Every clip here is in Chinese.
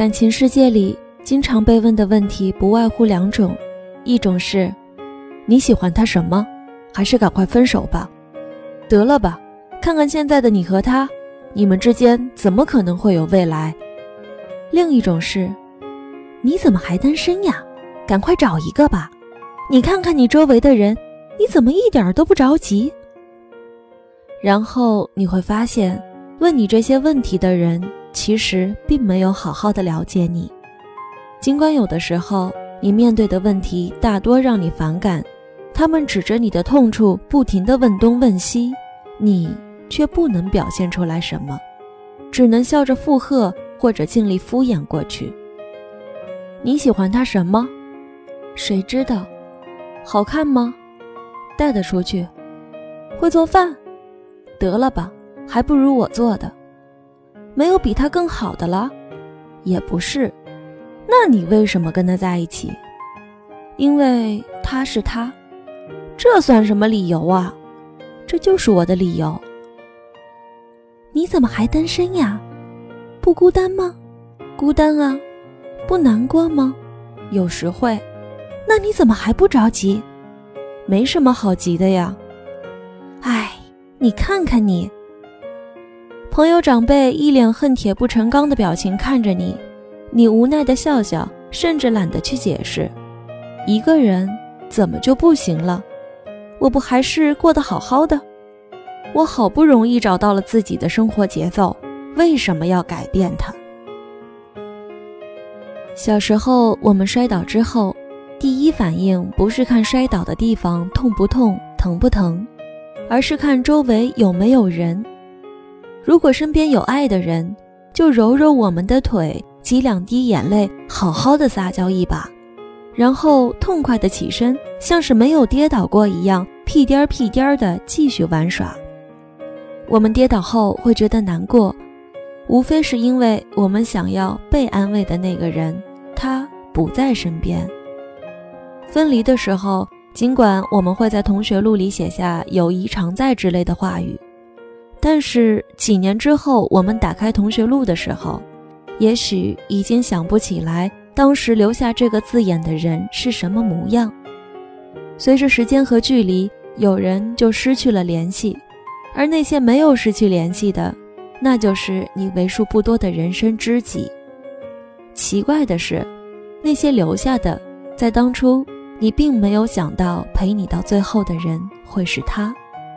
感情世界里经常被问的问题不外乎两种，一种是你喜欢他什么，还是赶快分手吧，得了吧，看看现在的你和他，你们之间怎么可能会有未来。另一种是你怎么还单身呀，赶快找一个吧，你看看你周围的人，你怎么一点都不着急。然后你会发现，问你这些问题的人其实并没有好好的了解你。尽管有的时候你面对的问题大多让你反感，他们指着你的痛处不停地问东问西，你却不能表现出来什么，只能笑着附和或者尽力敷衍过去。你喜欢他什么？谁知道？好看吗？带得出去？会做饭？得了吧，还不如我做的。没有比他更好的了？也不是。那你为什么跟他在一起？因为他是他。这算什么理由啊？这就是我的理由。你怎么还单身呀？不孤单吗？孤单啊。不难过吗？有时会。那你怎么还不着急？没什么好急的呀。唉，你看看你。朋友长辈一脸恨铁不成钢的表情看着你，你无奈的笑笑，甚至懒得去解释。一个人怎么就不行了？我不还是过得好好的？我好不容易找到了自己的生活节奏，为什么要改变它？小时候我们摔倒之后，第一反应不是看摔倒的地方痛不痛、疼不疼，而是看周围有没有人。如果身边有爱的人，就揉揉我们的腿，挤2滴眼泪，好好的撒娇一把，然后痛快的起身，像是没有跌倒过一样，屁颠儿屁颠儿的继续玩耍。我们跌倒后会觉得难过，无非是因为我们想要被安慰的那个人，他不在身边。分离的时候，尽管我们会在同学录里写下友谊常在之类的话语，但是几年之后我们打开同学录的时候，也许已经想不起来当时留下这个字眼的人是什么模样。随着时间和距离，有人就失去了联系，而那些没有失去联系的，那就是你为数不多的人生知己。奇怪的是，那些留下的，在当初你并没有想到陪你到最后的人会是他。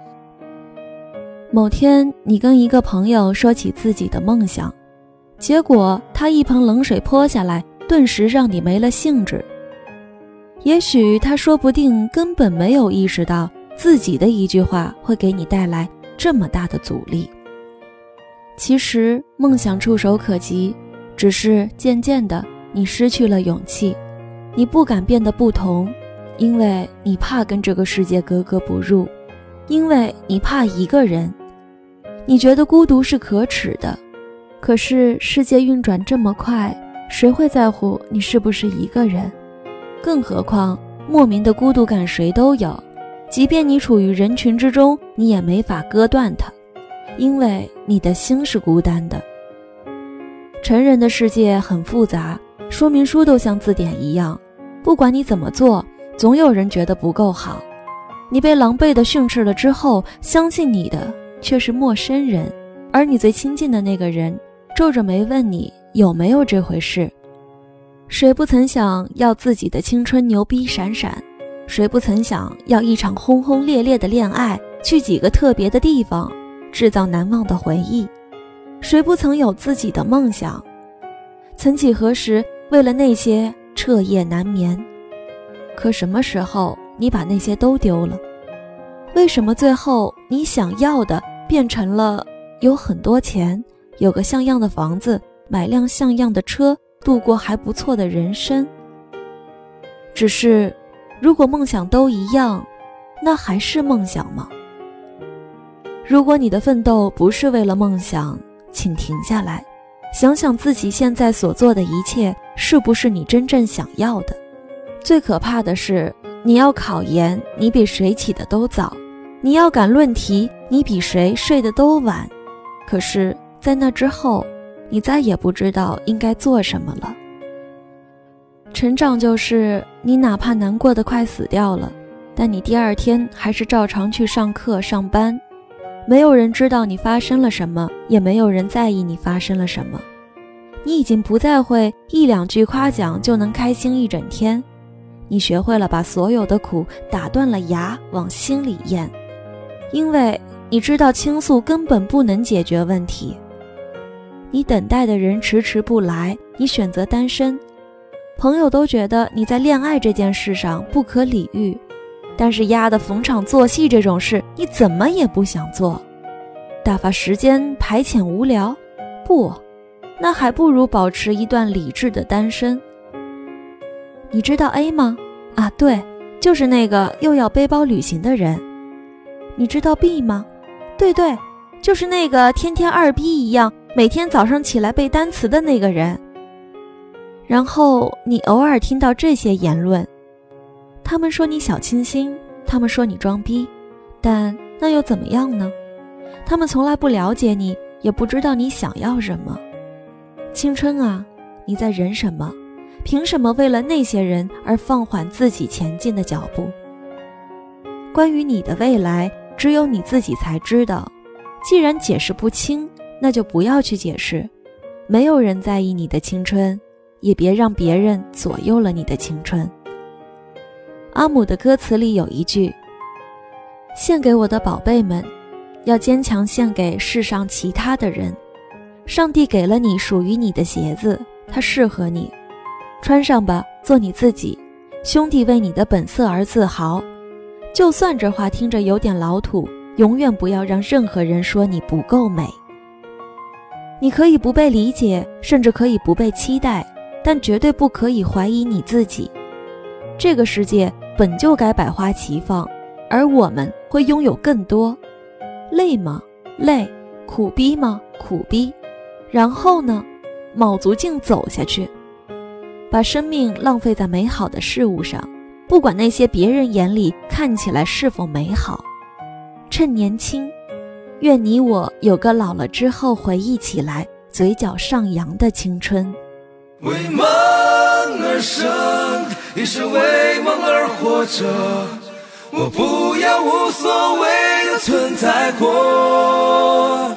某天你跟一个朋友说起自己的梦想，结果他一盆冷水泼下来，顿时让你没了兴致。也许他说不定根本没有意识到自己的一句话会给你带来这么大的阻力。其实梦想触手可及，只是渐渐的你失去了勇气，你不敢变得不同，因为你怕跟这个世界格格不入，因为你怕一个人。你觉得孤独是可耻的，可是世界运转这么快，谁会在乎你是不是一个人？更何况莫名的孤独感谁都有，即便你处于人群之中，你也没法割断它，因为你的心是孤单的。成人的世界很复杂，说明书都像字典一样，不管你怎么做，总有人觉得不够好。你被狼狈地训斥了之后，相信你的却是陌生人，而你最亲近的那个人皱着眉问你有没有这回事。谁不曾想要自己的青春牛逼闪闪？谁不曾想要一场轰轰烈烈的恋爱，去几个特别的地方，制造难忘的回忆？谁不曾有自己的梦想？曾几何时，为了那些彻夜难眠。可什么时候你把那些都丢了？为什么最后你想要的变成了有很多钱，有个像样的房子，买辆像样的车，度过还不错的人生？只是如果梦想都一样，那还是梦想吗？如果你的奋斗不是为了梦想，请停下来，想想自己现在所做的一切是不是你真正想要的。最可怕的是，你要考研，你比谁起得都早；你要赶论题，你比谁睡得都晚。可是在那之后， 你再也不知道应该做什么了。成长就是你哪怕难过得快死掉了，但你第二天还是照常去上课上班，没有人知道你发生了什么，也没有人在意你发生了什么。你已经不再会一两句夸奖就能开心一整天，你学会了把所有的苦打断了牙往心里咽，因为你知道倾诉根本不能解决问题。你等待的人迟迟不来，你选择单身，朋友都觉得你在恋爱这件事上不可理喻，但是丫的逢场作戏这种事你怎么也不想做。打发时间排遣无聊？不，那还不如保持一段理智的单身。你知道 A 吗？啊，对，就是那个又要背包旅行的人。你知道 B 吗？对，就是那个天天二逼一样，每天早上起来背单词的那个人。然后你偶尔听到这些言论，他们说你小清新，他们说你装逼，但那又怎么样呢？他们从来不了解你，也不知道你想要什么。青春啊，你在忍什么？凭什么为了那些人而放缓自己前进的脚步？关于你的未来，只有你自己才知道。既然解释不清，那就不要去解释。没有人在意你的青春，也别让别人左右了你的青春。阿姆的歌词里有一句：献给我的宝贝们，要坚强献给世上其他的人。上帝给了你属于你的鞋子，它适合你，穿上吧，做你自己。兄弟为你的本色而自豪。就算这话听着有点老土，永远不要让任何人说你不够美。你可以不被理解，甚至可以不被期待，但绝对不可以怀疑你自己。这个世界本就该百花齐放，而我们会拥有更多。累吗？累。苦逼吗？苦逼。然后呢？卯足劲走下去，把生命浪费在美好的事物上，不管那些别人眼里看起来是否美好。趁年轻，愿你我有个老了之后回忆起来嘴角上扬的青春。 为梦而生，一生为梦而活着，我不要无所谓的存在过。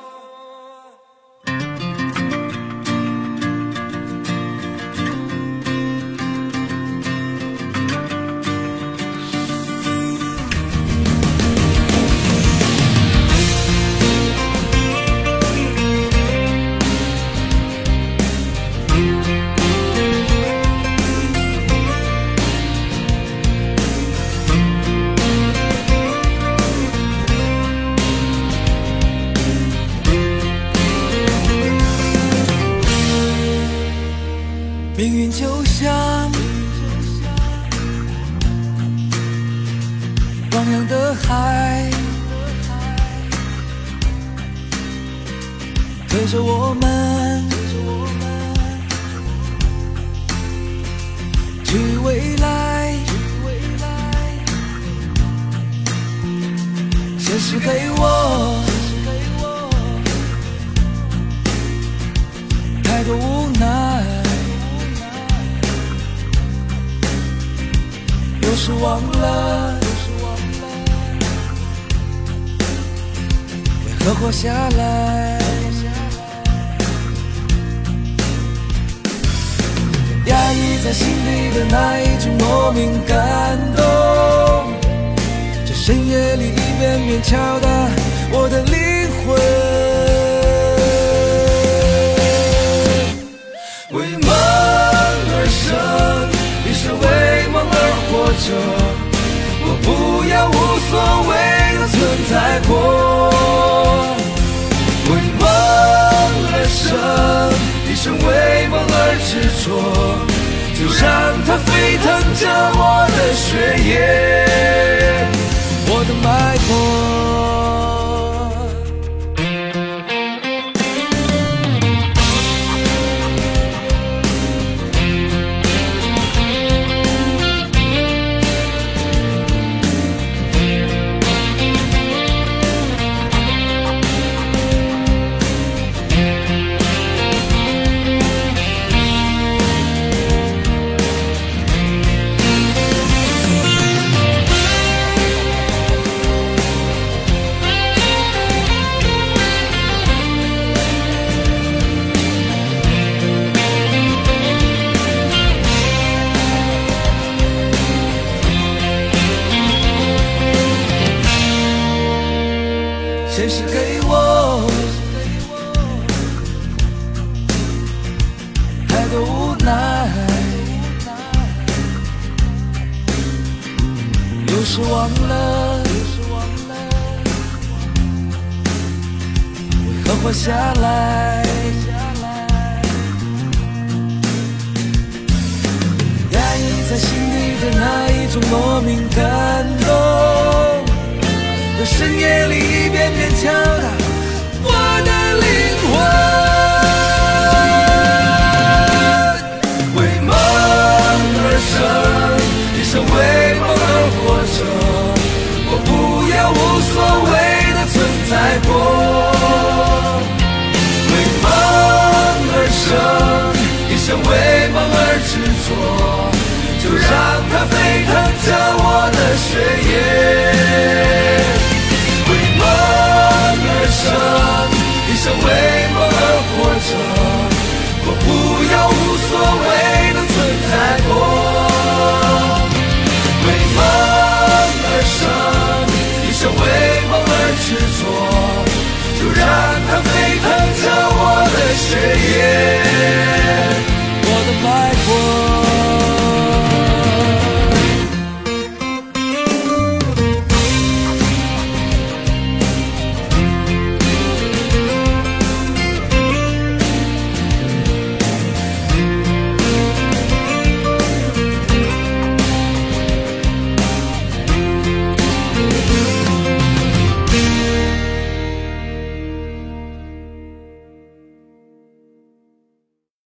命运就像汪洋的海，推着我们去未来。现实给我太多无奈，有时忘了为何活下来。压抑在心底的那一种莫名感动，这深夜里一遍遍敲打我的灵魂。为梦而生，一生为梦而活着，我不要无所谓的存在过。为梦而生，一生为梦而执着，就让它沸腾着我的血液，我的脉搏。 现实给我太多无奈，有时忘了为何活下来，压抑在心底的那一种莫名感动，在深夜里一遍遍敲打我的灵魂。为梦而生，一生为梦而活着，我不要无所谓的存在过。为梦而生，一生为梦而执着，就让它沸腾着我的血液。为梦而生，一生为梦而活着，我不要无所谓的存在过。为梦而生，一生为梦而执着，就让它沸腾着我的血液。我的白